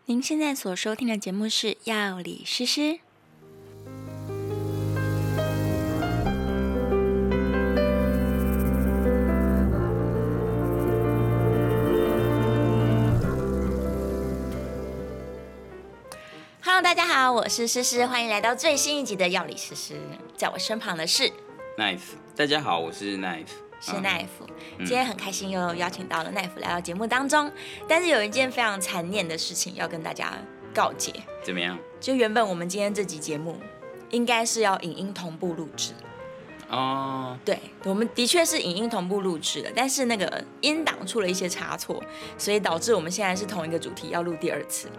您现在所收听的节目是《药理诗诗》。Hello， 大家好，我是诗诗，欢迎来到最新一集的《药理诗诗》。在我身旁的是 Knife， 大家好，我是 Knife。 是Knife，今天很开心又邀请到了Knife来到节目当中，但是有一件非常残念的事情要跟大家告诫。 怎么样？ 就原本我们今天这集节目应该是要影音同步录制哦， 对，我们的确是影音同步录制的，但是那个音档出了一些差错，所以导致我们现在是同一个主题要录第二次。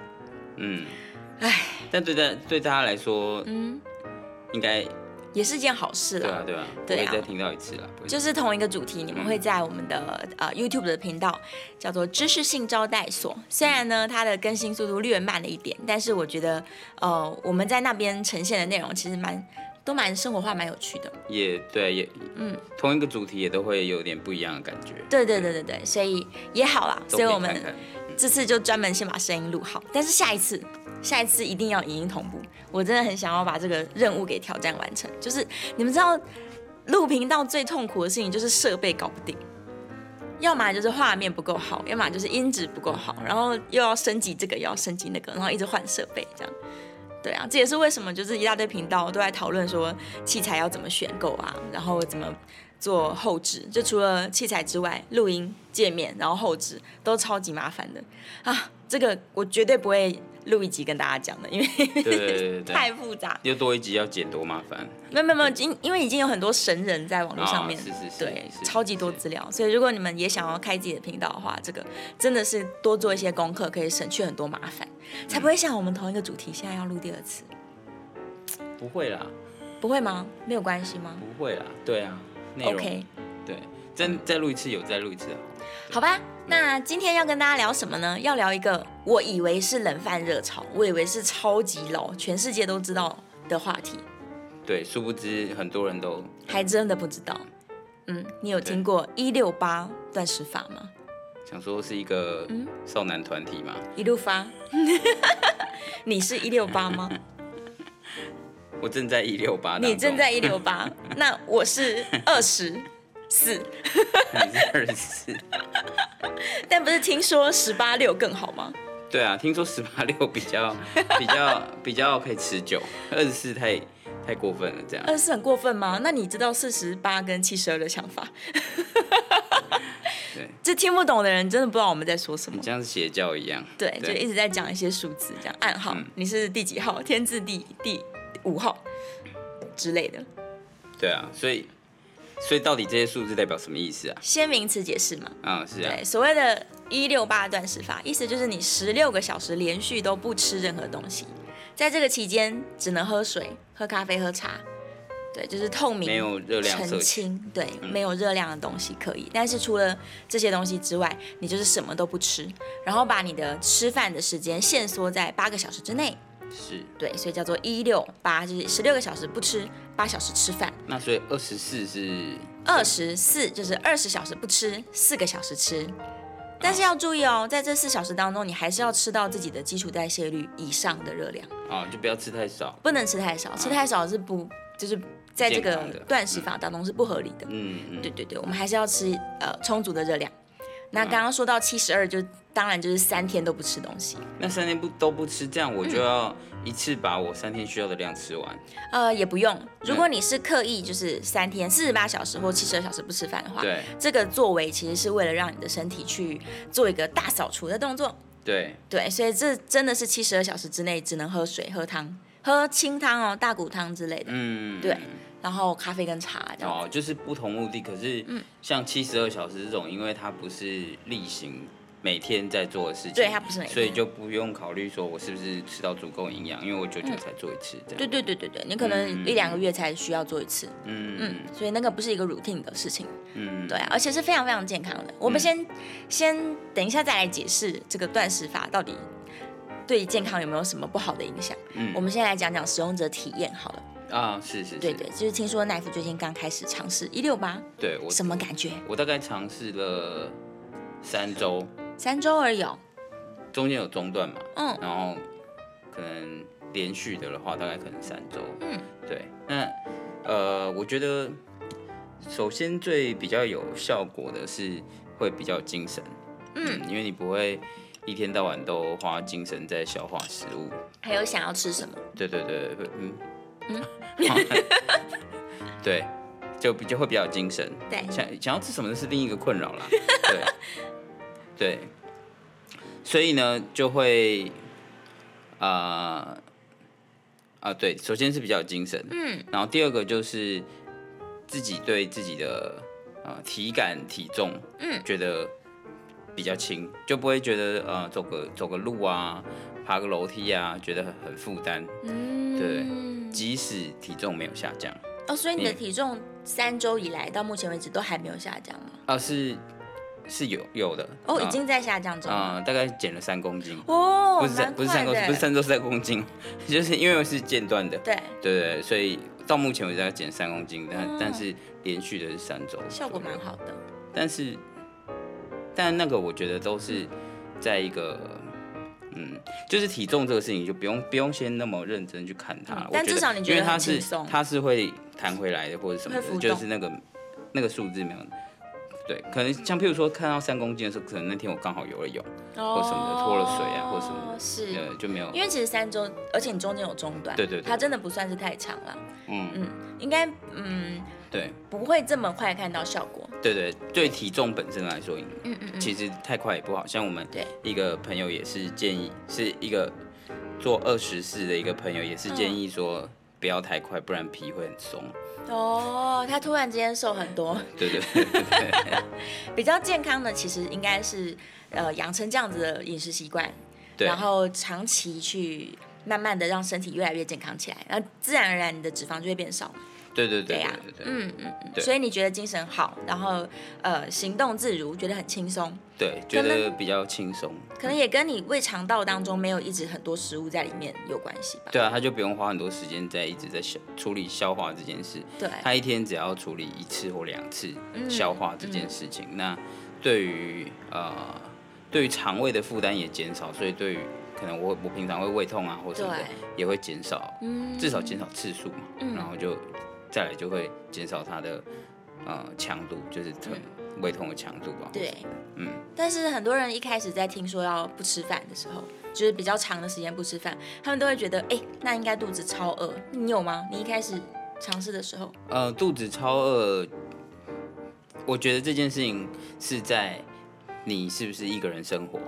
但对大家来说，应该也是件好事啦。 对啊， 对啊， 我会再听到一次啦。 就是同一个主题，你们会在我们的YouTube 的频道叫做知识性招待所。虽然呢，它的更新速度略慢了一点，但是我觉得我们在那边呈现的内容其实都蛮生活化，蛮有趣的。 也同一个主题也都会有点不一样的感觉。 对，所以也好啦。所以我们看这次就专门先把声音录好，但是下一次一定要影音同步。我真的很想要把这个任务给挑战完成。就是你们知道，录频道最痛苦的事情就是设备搞不定，要么就是画面不够好，要么就是音质不够好，然后又要升级这个，又要升级那个，然后一直换设备这样。对啊，这也是为什么就是一大堆频道都在讨论说器材要怎么选购啊，然后怎么做后置，就除了器材之外，录音界面然后后置都超级麻烦的啊。这个我绝对不会录一集跟大家讲的，因为对太复杂， 又多一集要剪多麻烦。 没有，因为已经有很多神人在网络上面， 是对，超级多资料，所以如果你们也想要开自己的频道的话，这个真的是多做一些功课，可以省去很多麻烦，才不会像我们同一个主题现在要录第二次。 不会啦。 不会吗？没有关系吗？ 不会啦，对啊，内容 OK， 对，再录一次有再录一次好吧。那今天要跟大家聊什么呢？要聊一个我以为是冷饭热炒，我以为是超级老，全世界都知道的话题。 对，殊不知很多人都还真的不知道。你有听过168断食法吗？ 想说是一个少男团体吗？ 一路发。你是168吗？ 我正在168， 你正在168，那我是24。 你是24， 但不是听说186更好吗？ 对啊，听说186比较可以持久，24太过分了，这样。 24很过分吗？那你知道48跟72的想法？ 对， 这听不懂的人真的不知道我们在说什么。 你像是邪教一样。 对，就一直在讲一些数字，这样暗号，你是第几号，天字第5号之类的。 对啊，所以到底这些数字代表什么意思啊？ 先名词解释嘛。 是啊。 对，所谓的168断食法，意思就是你16个小时连续都不吃任何东西，在这个期间只能喝水、喝咖啡、喝茶。对，就是透明、 没有热量澄清，对，没有热量的东西可以。但是除了这些东西之外，你就是什么都不吃，然后把你的吃饭的时间限缩在8个小时之内。 是。 对，所以叫做168，就是16个小时不吃，8小时吃饭。 那所以24是 24，就是20小时不吃，4个小时吃。但是要注意哦，在这4小时当中，你还是要吃到自己的基础代谢率以上的热量。 就不要吃太少， 不能吃太少，吃太少是就是在这个断食法当中是不合理的。对，我们还是要吃充足的热量。那刚刚说到72，就当然就是3天都不吃东西。 那3天都不吃，这样我就要一次把我3天需要的量吃完。 也不用，如果你是刻意就是3天48小时或72小时不吃饭的话， 对， 这个作为其实是为了让你的身体去做一个大扫除的动作。 对， 所以这真的是72小时之内只能喝水、喝汤、喝清汤哦，大骨汤之类的。对。然后咖啡跟茶这样就是不同目的。可是像72小时这种，因为它不是例行每天在做的事情， 对，它不是每天， 所以就不用考虑说我是不是吃到足够营养，因为我久久才做一次这样。 对，你可能1-2个月才需要做一次。所以那个不是一个 routine 的事情。对啊，而且是非常非常健康的。我们先等一下再来解释这个断食法到底对健康有没有什么不好的影响。我们先来讲讲使用者体验好了。 是。 对，就是听说Knife最近刚开始尝试168， 对， 什么感觉？ 我大概尝试了3周而已哦。 中间有中断嘛，然后可能连续的话，大概可能3周，对。那我觉得首先最比较有效果的是会比较有精神，因为你不会一天到晚都花精神在消化食物， 还有想要吃什么？ 对，对，就会比较有精神。 对， 想要吃什么是另一个困扰啦。对，所以呢就会对，首先是比较有精神，然后第二个就是自己对自己的体感体重，觉得比较轻，就不会觉得走个路啊，爬个楼梯啊，觉得很负担，对，即使体重没有下降。 所以你的体重3周以来到目前为止都还没有下降吗？ 是有的。 已经在下降中。 大概减了3公斤。 不是3公斤，不是3周3公斤，就是因为我是间断的。对，所以到目前为止要减3公斤，但是连续的是3周， 效果蛮好的。 但那个我觉得都是在一个。就是体重这个事情就不用先那么认真去看它， 但至少你觉得很轻松， 因为它是会弹回来的或者什么的，就是那个数字没有，对，可能像譬如说看到3公斤的时候，可能那天我刚好游了泳，或什么的，脱了水啊或什么的， 是， 就没有， 因为其实3周，而且你中间有中断， 对， 它真的不算是太长了，应该对， 不会这么快看到效果。 对体重本身来说，其实太快也不好。像我们一个朋友也是建议，是一个做24的一个朋友，也是建议说不要太快，不然皮会很松。 他突然之间瘦很多。 对。 比较健康的其实应该是养成这样子的饮食习惯，然后长期去慢慢的让身体越来越健康起来，然后自然而然你的脂肪就会变少。 对， 所以你觉得精神好，然后行动自如，觉得很轻松， 对，觉得比较轻松， 可能也跟你胃肠道当中没有一直很多食物在里面有关系吧？ 对啊，他就不用花很多时间一直在处理消化这件事， 对， 他一天只要处理1次或2次消化这件事情，那对于肠胃的负担也减少，所以对于可能我平常会胃痛啊或什么的也会减少，至少减少次数嘛，然后就。再来就会减少它的强度，就是胃痛的强度吧。 对，但是很多人一开始在听说要不吃饭的时候，就是比较长的时间不吃饭，他们都会觉得，那应该肚子超饿。你有吗？你一开始尝试的时候？ 肚子超饿，我觉得这件事情是在你是不是一个人生活。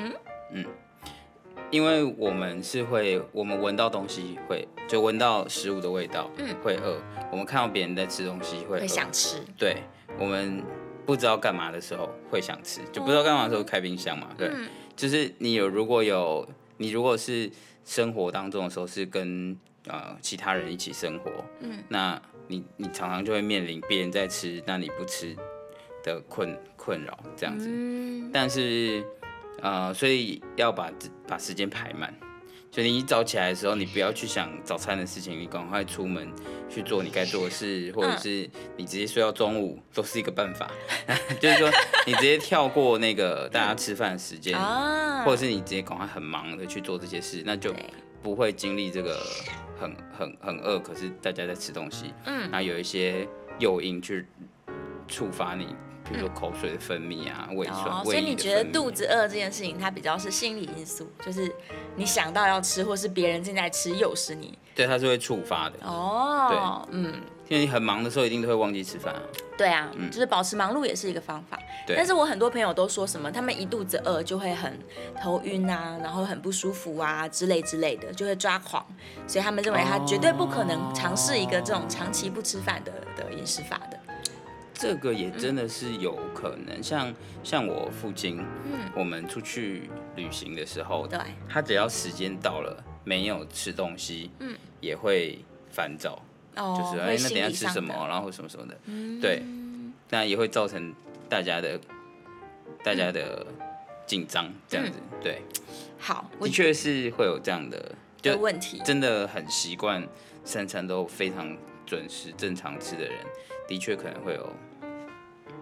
因为我们闻到东西就闻到食物的味道，会饿。我们看到别人在吃东西会想吃。 对，我们不知道干嘛的时候会想吃，就不知道干嘛的时候开冰箱嘛。对，就是你如果是生活当中的时候是跟其他人一起生活，那你常常就会面临别人在吃，那你不吃的困扰这样子。但是所以要把时间排满，就你一早起来的时候，你不要去想早餐的事情，你赶快出门去做你该做的事，或者是你直接睡到中午都是一个办法。就是说，你直接跳过那个大家吃饭的时间，或者是你直接赶快很忙的去做这些事，那就不会经历这个很饿，可是大家在吃东西，然后有一些诱因去触发你。比如说口水的分泌啊，胃酸， 所以你觉得肚子饿这件事情，它比较是心理因素，就是你想到要吃，或是别人正在吃诱使你。 对，它是会触发的。对，因为你很忙的时候，一定都会忘记吃饭啊。 对啊，就是保持忙碌也是一个方法。但是我很多朋友都说什么，他们一肚子饿就会很头晕啊，然后很不舒服啊之类的，就会抓狂，所以他们认为他绝对不可能尝试一个这种长期不吃饭的饮食法的。 这个也真的是有可能，像我父亲，我们出去旅行的时候，他只要时间到了没有吃东西，也会烦躁，就是那等一下吃什么，然后什么什么的，对，那也会造成大家的紧张这样子，对， 好， 的确是会有这样的问题， 真的很习惯3餐都非常准时正常吃的人，的确可能会有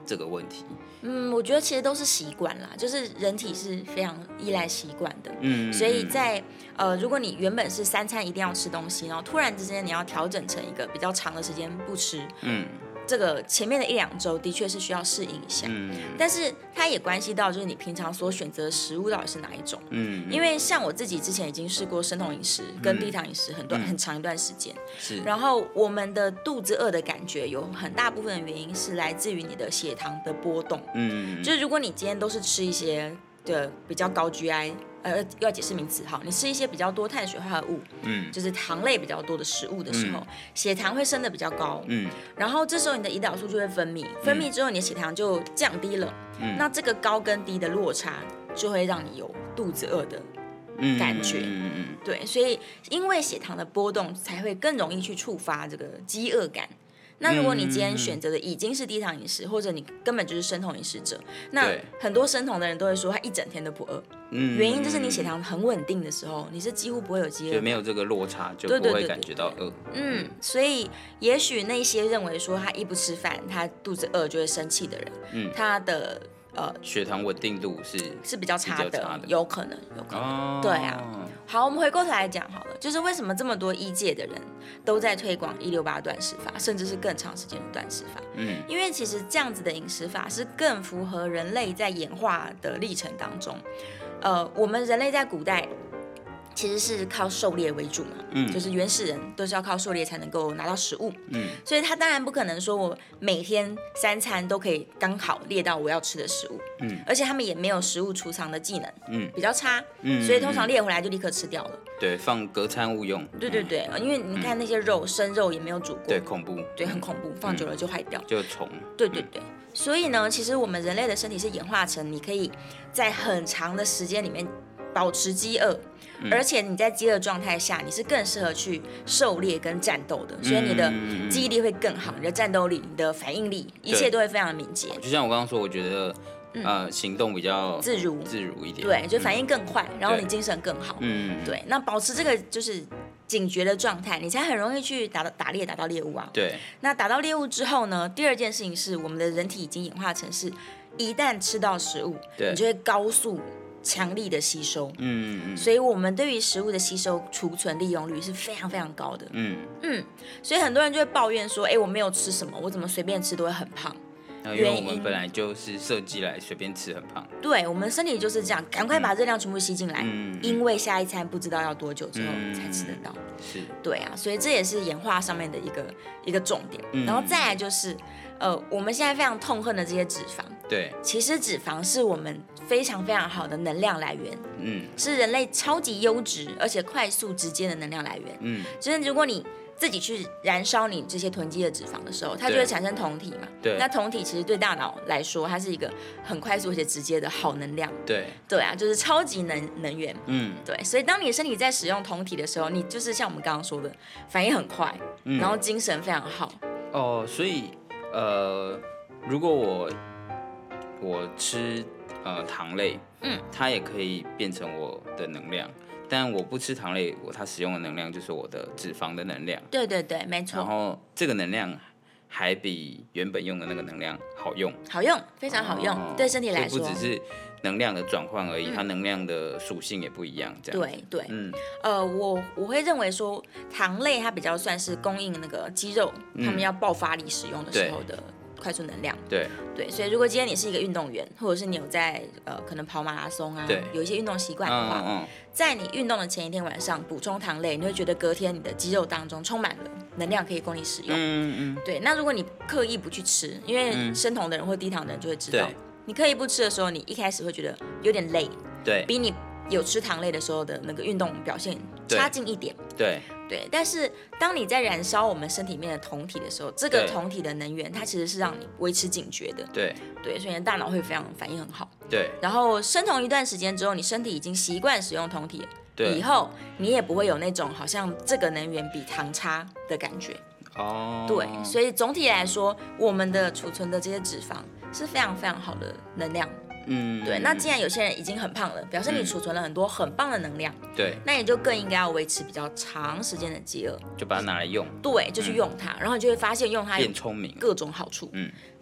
这个问题？ 我觉得其实都是习惯啦，就是人体是非常依赖习惯的。所以在如果你原本是3餐一定要吃东西，然后突然之间你要调整成一个比较长的时间不吃，这个前面的1-2周的确是需要适应一下，但是它也关系到就是你平常所选择的食物到底是哪一种，因为像我自己之前已经试过生酮饮食跟低糖饮食很长一段时间，然后我们的肚子饿的感觉有很大部分的原因是来自于你的血糖的波动，就是如果你今天都是吃一些的比较高 GI。要解释名词，好，你吃一些比较多碳水化合物，就是糖类比较多的食物的时候，血糖会升得比较高，然后这时候你的胰岛素就会分泌，分泌之后你的血糖就降低了，那这个高跟低的落差就会让你有肚子饿的感觉，对，所以因为血糖的波动才会更容易去触发这个饥饿感。那如果你今天选择的已经是低糖饮食，或者你根本就是生酮饮食者，那很多生酮的人都会说他一整天都不饿，原因就是你血糖很稳定的时候，你是几乎不会有饥饿感， 就没有这个落差，就不会感觉到饿。 所以也许那些认为说他一不吃饭，他肚子饿就会生气的人，他的血糖稳定度是比较差的，有可能，对啊。好，我们回过头来讲好了，就是为什么这么多医界的人都在推广168断食法，甚至是更长时间的断食法？因为其实这样子的饮食法是更符合人类在演化的历程当中，我们人类在古代其实是靠狩猎为主嘛，就是原始人都是要靠狩猎才能够拿到食物，所以他当然不可能说我每天3餐都可以刚好猎到我要吃的食物，而且他们也没有食物储藏的技能，比较差，所以通常猎回来就立刻吃掉了， 对，放隔餐勿用， 对，因为你看那些生肉也没有煮过， 对，恐怖， 对，很恐怖，放久了就坏掉， 就虫， 对，所以呢，其实我们人类的身体是演化成你可以在很长的时间里面保持饥饿，而且你在饥饿状态下，你是更适合去狩猎跟战斗的，所以你的记忆力会更好，你的战斗力、你的反应力，一切都会非常的敏捷。 就像我刚刚说，我觉得行动比较自如一点， 对，就反应更快，然后你精神更好，对。那保持这个就是警觉的状态，你才很容易去打猎，打到猎物啊。 对。 那打到猎物之后呢，第二件事情是我们的人体已经演化成是，一旦吃到食物，你就会高速强力的吸收，所以我们对于食物的吸收、储存利用率是非常非常高的，所以很多人就会抱怨说，我没有吃什么，我怎么随便吃都会很胖。 因为我们本来就是设计来随便吃很胖， 对，我们身体就是这样，赶快把热量全部吸进来，因为下一餐不知道要多久之后才吃得到， 是， 对啊，所以这也是演化上面的一个重点，然后再来就是我们现在非常痛恨的这些脂肪， 对， 其实脂肪是我们非常非常好的能量来源，是人类超级优质而且快速直接的能量来源，就是如果你自己去燃烧你这些囤积的脂肪的时候，它就会产生酮体嘛。 对。 那酮体其实对大脑来说，它是一个很快速而且直接的好能量。 对。 对啊，就是超级能源。对。所以当你身体在使用酮体的时候，你就是像我们刚刚说的，反应很快，然后精神非常好。 所以如果我吃糖类，它也可以变成我的能量。但我不吃糖类，它使用的能量就是我的脂肪的能量。 对，没错。 然后这个能量还比原本用的那个能量好用， 非常好用，对身体来说。 不只是能量的转换而已，它能量的属性也不一样。这样。 对，我会认为说糖类它比较算是供应那个肌肉，他们要爆发力使用的时候的快速能量。对，所以如果今天你是一个运动员，或者是你有在可能跑马拉松啊，有一些运动习惯的话，在你运动的前一天晚上补充糖类，你会觉得隔天你的肌肉当中充满了能量可以供你使用。对。那如果你刻意不去吃，因为生酮的人或低糖的人就会知道，你刻意不吃的时候，你一开始会觉得有点累，比你有吃糖类的时候的那个运动表现差劲一点。对，但是当你在燃烧我们身体里面的酮体的时候，这个酮体的能源它其实是让你维持警觉的。对，所以你的大脑会非常反应很好。对，然后生酮一段时间之后，你身体已经习惯使用酮体了，以后你也不会有那种好像这个能源比糖差的感觉。对，所以总体来说，我们的储存的这些脂肪是非常非常好的能量。对，那既然有些人已经很胖了，表示你储存了很多很棒的能量，那你就更应该要维持比较长时间的饥饿， 就把它拿来用， 对，就去用它，然后你就会发现用它变聪明， 各种好处，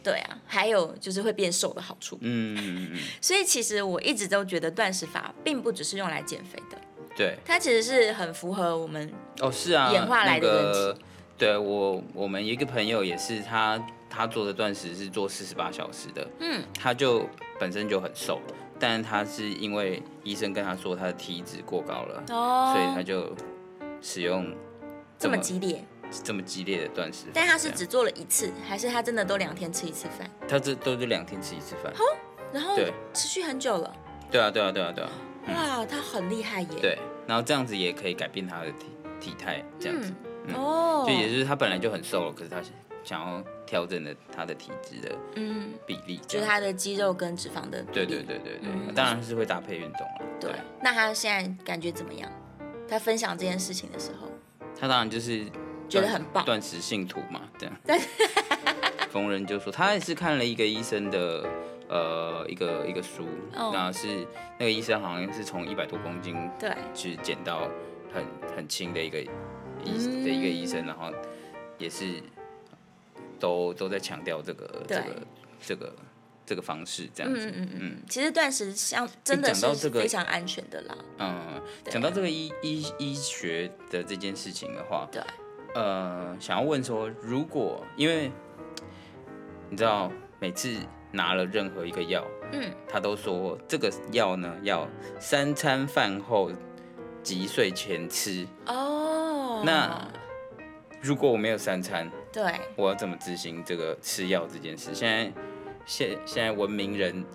对啊，还有就是会变瘦的好处。所以其实我一直都觉得断食法并不只是用来减肥的， 对， 它其实是很符合我们是啊， 演化来的人体。 对我们一个朋友也是，他做的断食是做48小时的，他就本身就很瘦，但他是因为医生跟他说他的体脂过高了，所以他就使用这么激烈的断食法。 但他是只做了一次，还是他真的都2天吃一次饭？ 他这都是2天吃一次饭， 然后持续很久了。 对啊。 哇，他很厉害耶。 对，然后这样子也可以改变他的体态，这样子。就也就是他本来就很瘦了，可是他想要调整的他的体质的比例， 就是他的肌肉跟脂肪的比例。 对，当然是会搭配运动了。 对，那他现在感觉怎么样？他分享这件事情的时候， 他当然就是觉得很棒， 断食信徒嘛，这样。逢人就说他也是看了一个医生的一个书，然后是那个医生好像是从100多公斤去减到很轻的一个医生，然后也是都在强调这个方式这样子。 其实断食真的是非常安全的啦。 讲到这个医学的这件事情的话， 对， 想要问说，如果因为你知道每次拿了任何一个药，他都说这个药呢要3餐饭后及睡前吃。那如果我没有3餐， 对， 我要怎么执行这个吃药这件事？现在文明人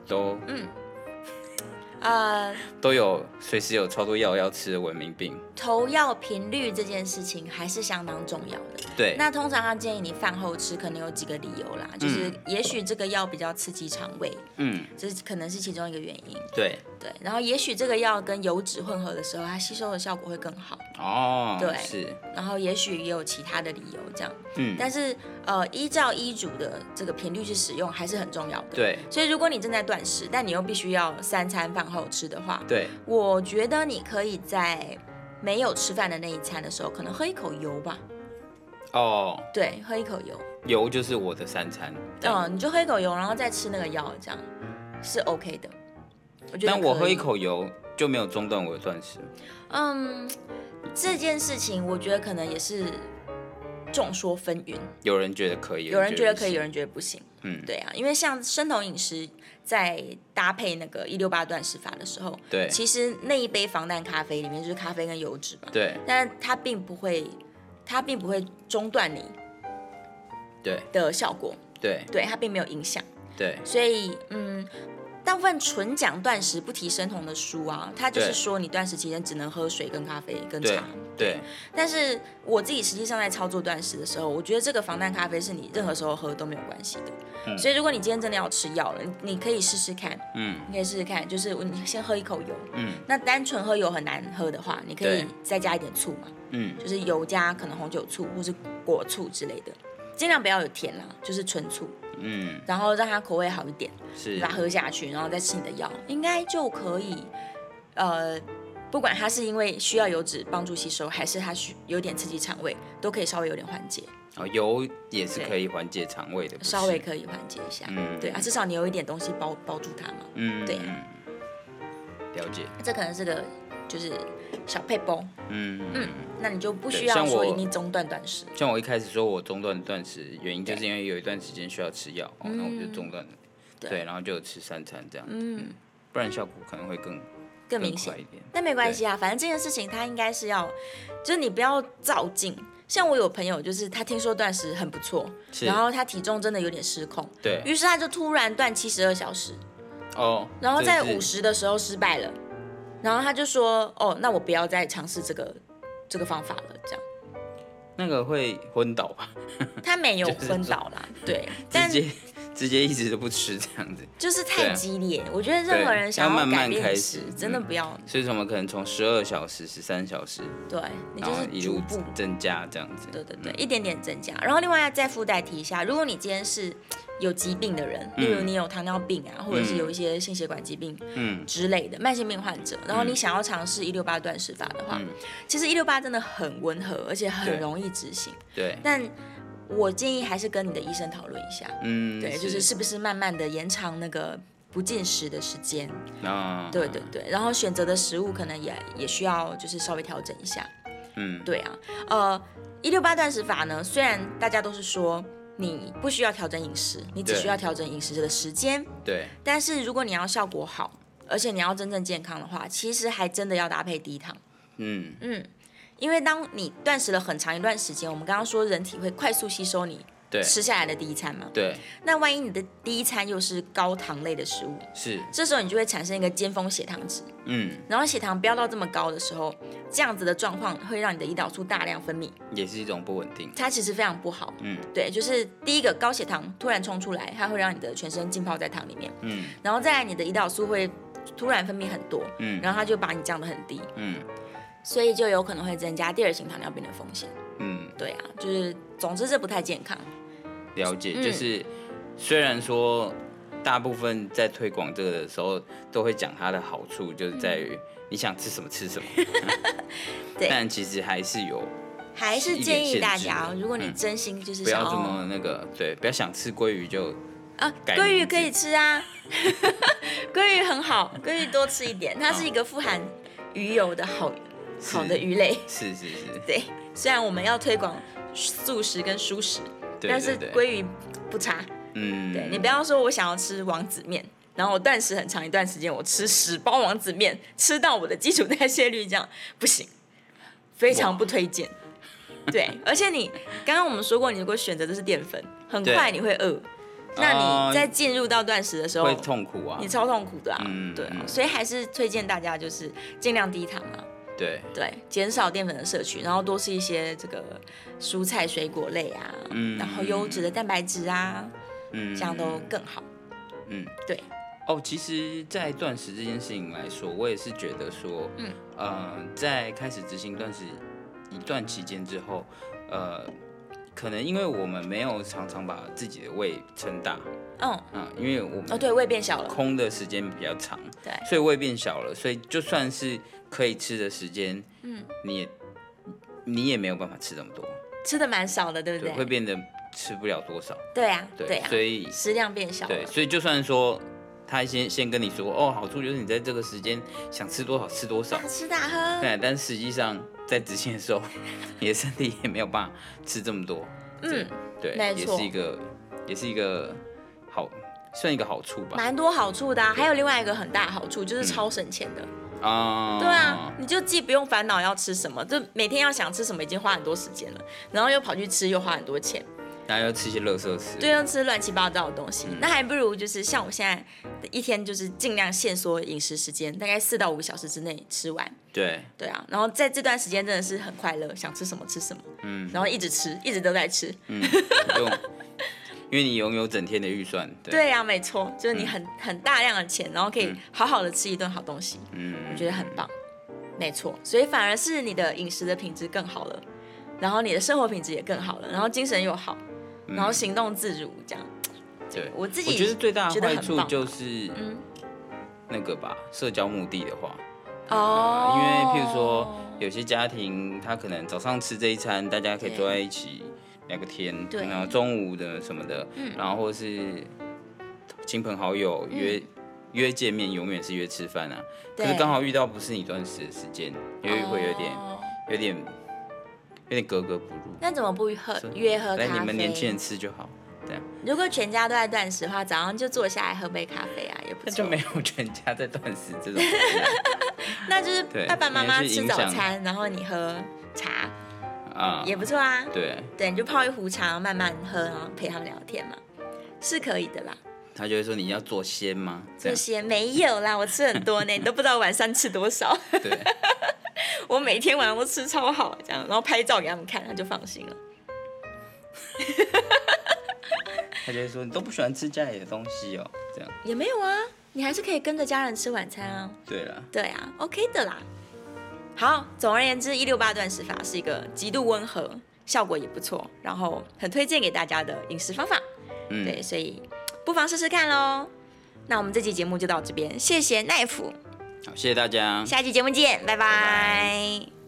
都有随时有超多药要吃的文明病。 投药频率这件事情还是相当重要的。 对， 那通常他建议你饭后吃，可能有几个理由啦，就是也许这个药比较刺激肠胃，这可能是其中一个原因。 对， 然后也许这个药跟油脂混合的时候，它吸收的效果会更好。对， 是。 然后也许也有其他的理由这样。但是依照医嘱的这个频率去使用还是很重要的。 对， 所以如果你正在断食，但你又必须要3餐饭后吃的话， 对， 我觉得你可以在没有吃饭的那一餐的时候，可能喝一口油吧。对，喝一口油。 油就是我的3餐。 你就喝一口油，然后再吃那个药，这样是 OK 的。我觉得。 但我喝一口油就没有中断我的断食。 这件事情我觉得可能也是众说纷纭。 有人觉得可以， 有人觉得可以，有人觉得不行。对啊，因为像生酮饮食在搭配那个168断食法的时候， 对， 其实那一杯防弹咖啡里面就是咖啡跟油脂嘛， 对， 但它并不会中断你的效果， 对， 它并没有影响， 对， 所以大部分纯讲断食不提生酮的书啊，它就是说你断食期间只能喝水跟咖啡跟茶， 对。 但是我自己实际上在操作断食的时候，我觉得这个防弹咖啡是你任何时候喝都没有关系的。所以如果你今天真的要吃药了，你可以试试看，你可以试试看，就是你先喝一口油，那单纯喝油很难喝的话，你可以再加一点醋嘛，就是油加可能红酒醋或是果醋之类的，尽量不要有甜啦，就是纯醋。然后让它口味好一点，把它喝下去，然后再吃你的药，应该就可以。不管它是因为需要油脂帮助吸收，还是它有点刺激肠胃，都可以稍微有点缓解。 油也是可以缓解肠胃的， 稍微可以缓解一下。对啊，至少你有一点东西包住它嘛。对， 了解。 这可能是个就是小配包。那你就不需要说一定中断断食。 像我一开始说我中断断食，原因就是因为有一段时间需要吃药，那我就中断了。对，然后就吃3餐这样。不然效果可能会更明显一点。 但没关系啊，反正这件事情它应该是要，就是你不要照进。像我有朋友，就是他听说断食很不错，然后他体重真的有点失控， 对于是他就突然断72小时，然后在50的时候失败了，然后他就说，那我不要再尝试这个方法了，这样。 那个会昏倒吧？ 他没有昏倒啦，对，但直接一直都不吃这样子， 就是太激烈。我觉得任何人想要改变饮食，真的不要。 所以我们可能从12小时、13小时， 对，你就是一路增加这样子。 对，一点点增加。然后另外再附带提一下，如果你今天是有疾病的人，例如你有糖尿病啊，或者是有一些心血管疾病之类的慢性病患者，然后你想要尝试168断食法的话，其实168真的很温和，而且很容易执行。 对， 但我建议还是跟你的医生讨论一下，对，就是是不是慢慢的延长那个不进食的时间，对对对，然后选择的食物可能也需要就是稍微调整一下，对啊，168断食法呢，虽然大家都是说你不需要调整饮食，你只需要调整饮食的时间， 对， 但是如果你要效果好，而且你要真正健康的话，其实还真的要搭配低糖，因为当你断食了很长一段时间，我们刚刚说人体会快速吸收你吃下来的第一餐嘛， 对， 那万一你的第一餐又是高糖类的食物， 是， 这时候你就会产生一个尖峰血糖值，然后血糖飙到这么高的时候，这样子的状况会让你的胰岛素大量分泌， 也是一种不稳定， 它其实非常不好，对，就是第一个高血糖突然冲出来，它会让你的全身浸泡在糖里面，然后再来你的胰岛素会突然分泌很多，然后它就把你降得很低，所以就有可能会增加第2型糖尿病的风险，对啊，就是总之这不太健康。 了解，就是虽然说大部分在推广这个的时候都会讲它的好处，就是在于你想吃什么吃什么，但其实还是建议大家，如果你真心就是不要这么那个，对，不要想吃鲑鱼就鲑鱼可以吃啊，鲑鱼很好，鲑鱼多吃一点，它是一个富含鱼油的好的鱼类， 是， 对，虽然我们要推广素食跟蔬食，但是鲑鱼不差，对，你不要说我想要吃王子面，然后我断食很长一段时间，我吃10包王子面，吃到我的基础代谢率这样不行，非常不推荐。对，而且你刚刚我们说过，你如果选择的是淀粉，很快你会饿，那你在进入到断食的时候会痛苦啊， 你超痛苦的啊，对啊，所以还是推荐大家就是尽量低糖啊。对，减少淀粉的摄取，然后多吃一些这个蔬菜水果类啊，然后优质的蛋白质啊，这样都更好。对。 其实，在断食这件事情来说，我也是觉得说，在开始执行断食一段期间之后，可能因为我们没有常常把自己的胃撑大，因为我们对，胃变小了， 空的时间比较长， 对， 所以胃变小了，所以就算是可以吃的时间，你也没有办法吃那么多， 吃的蛮少的，对不对？ 会变得吃不了多少。 对啊， 所以食量变小了。 对，所以就算说他先跟你说，好处就是你在这个时间想吃多少吃多少， 大吃大喝。 对，但实际上在执行的时候，你的身体也没有办法吃这么多。对，也是一个算一个好处吧。 蛮多好处的啊，还有另外一个很大的好处就是超省钱的。对啊，你就既不用烦恼要吃什么，就每天要想吃什么已经花很多时间了，然后又跑去吃又花很多钱， 然后又吃一些垃圾食， 对，又吃乱七八糟的东西，那还不如就是像我现在一天就是尽量限缩饮食时间，大概4到5个小时之内吃完。对啊，然后在这段时间真的是很快乐，想吃什么吃什么，然后一直吃，一直都在吃， 因为你拥有整天的预算。 对啊，没错，就是你很大量的钱，然后可以好好的吃一顿好东西，我觉得很棒，没错，所以反而是你的饮食的品质更好了，然后你的生活品质也更好了，然后精神又好，然后行动自如，这样。 对， 我自己觉得最大的坏处就是那个吧，社交目的的话，因为譬如说有些家庭他可能早上吃这一餐，大家可以坐在一起聊个天，然后中午的什么的，然后或是亲朋好友约见面，永远是约吃饭啊。可是刚好遇到不是你断食的时间，会有点格格不入。 那怎么不约喝咖啡？ 来你们年轻人吃就好。 如果全家都在断食的话，早上就坐下来喝杯咖啡啊，也不错。 那就没有全家在断食这种。 那就是爸爸妈妈吃早餐，然后你喝茶，也不错啊。对，你就泡一壶茶，慢慢喝，然后陪他们聊天嘛，是可以的啦。 他就会说你要做仙吗？ 做仙没有啦，我吃很多呢，你都不知道晚上吃多少。 对， 我每天晚上都吃超好，这样，然后拍照给他们看，他就放心了。 他就会说你都不喜欢吃家里的东西哦，这样也没有啊，你还是可以跟着家人吃晚餐啊。对啊 ，OK 的啦。好，总而言之，168断食法是一个极度温和，效果也不错，然后很推荐给大家的饮食方法。对，所以不妨试试看咯。那我们这期节目就到这边，谢谢奈夫。 好，谢谢大家， 下期节目见，拜拜。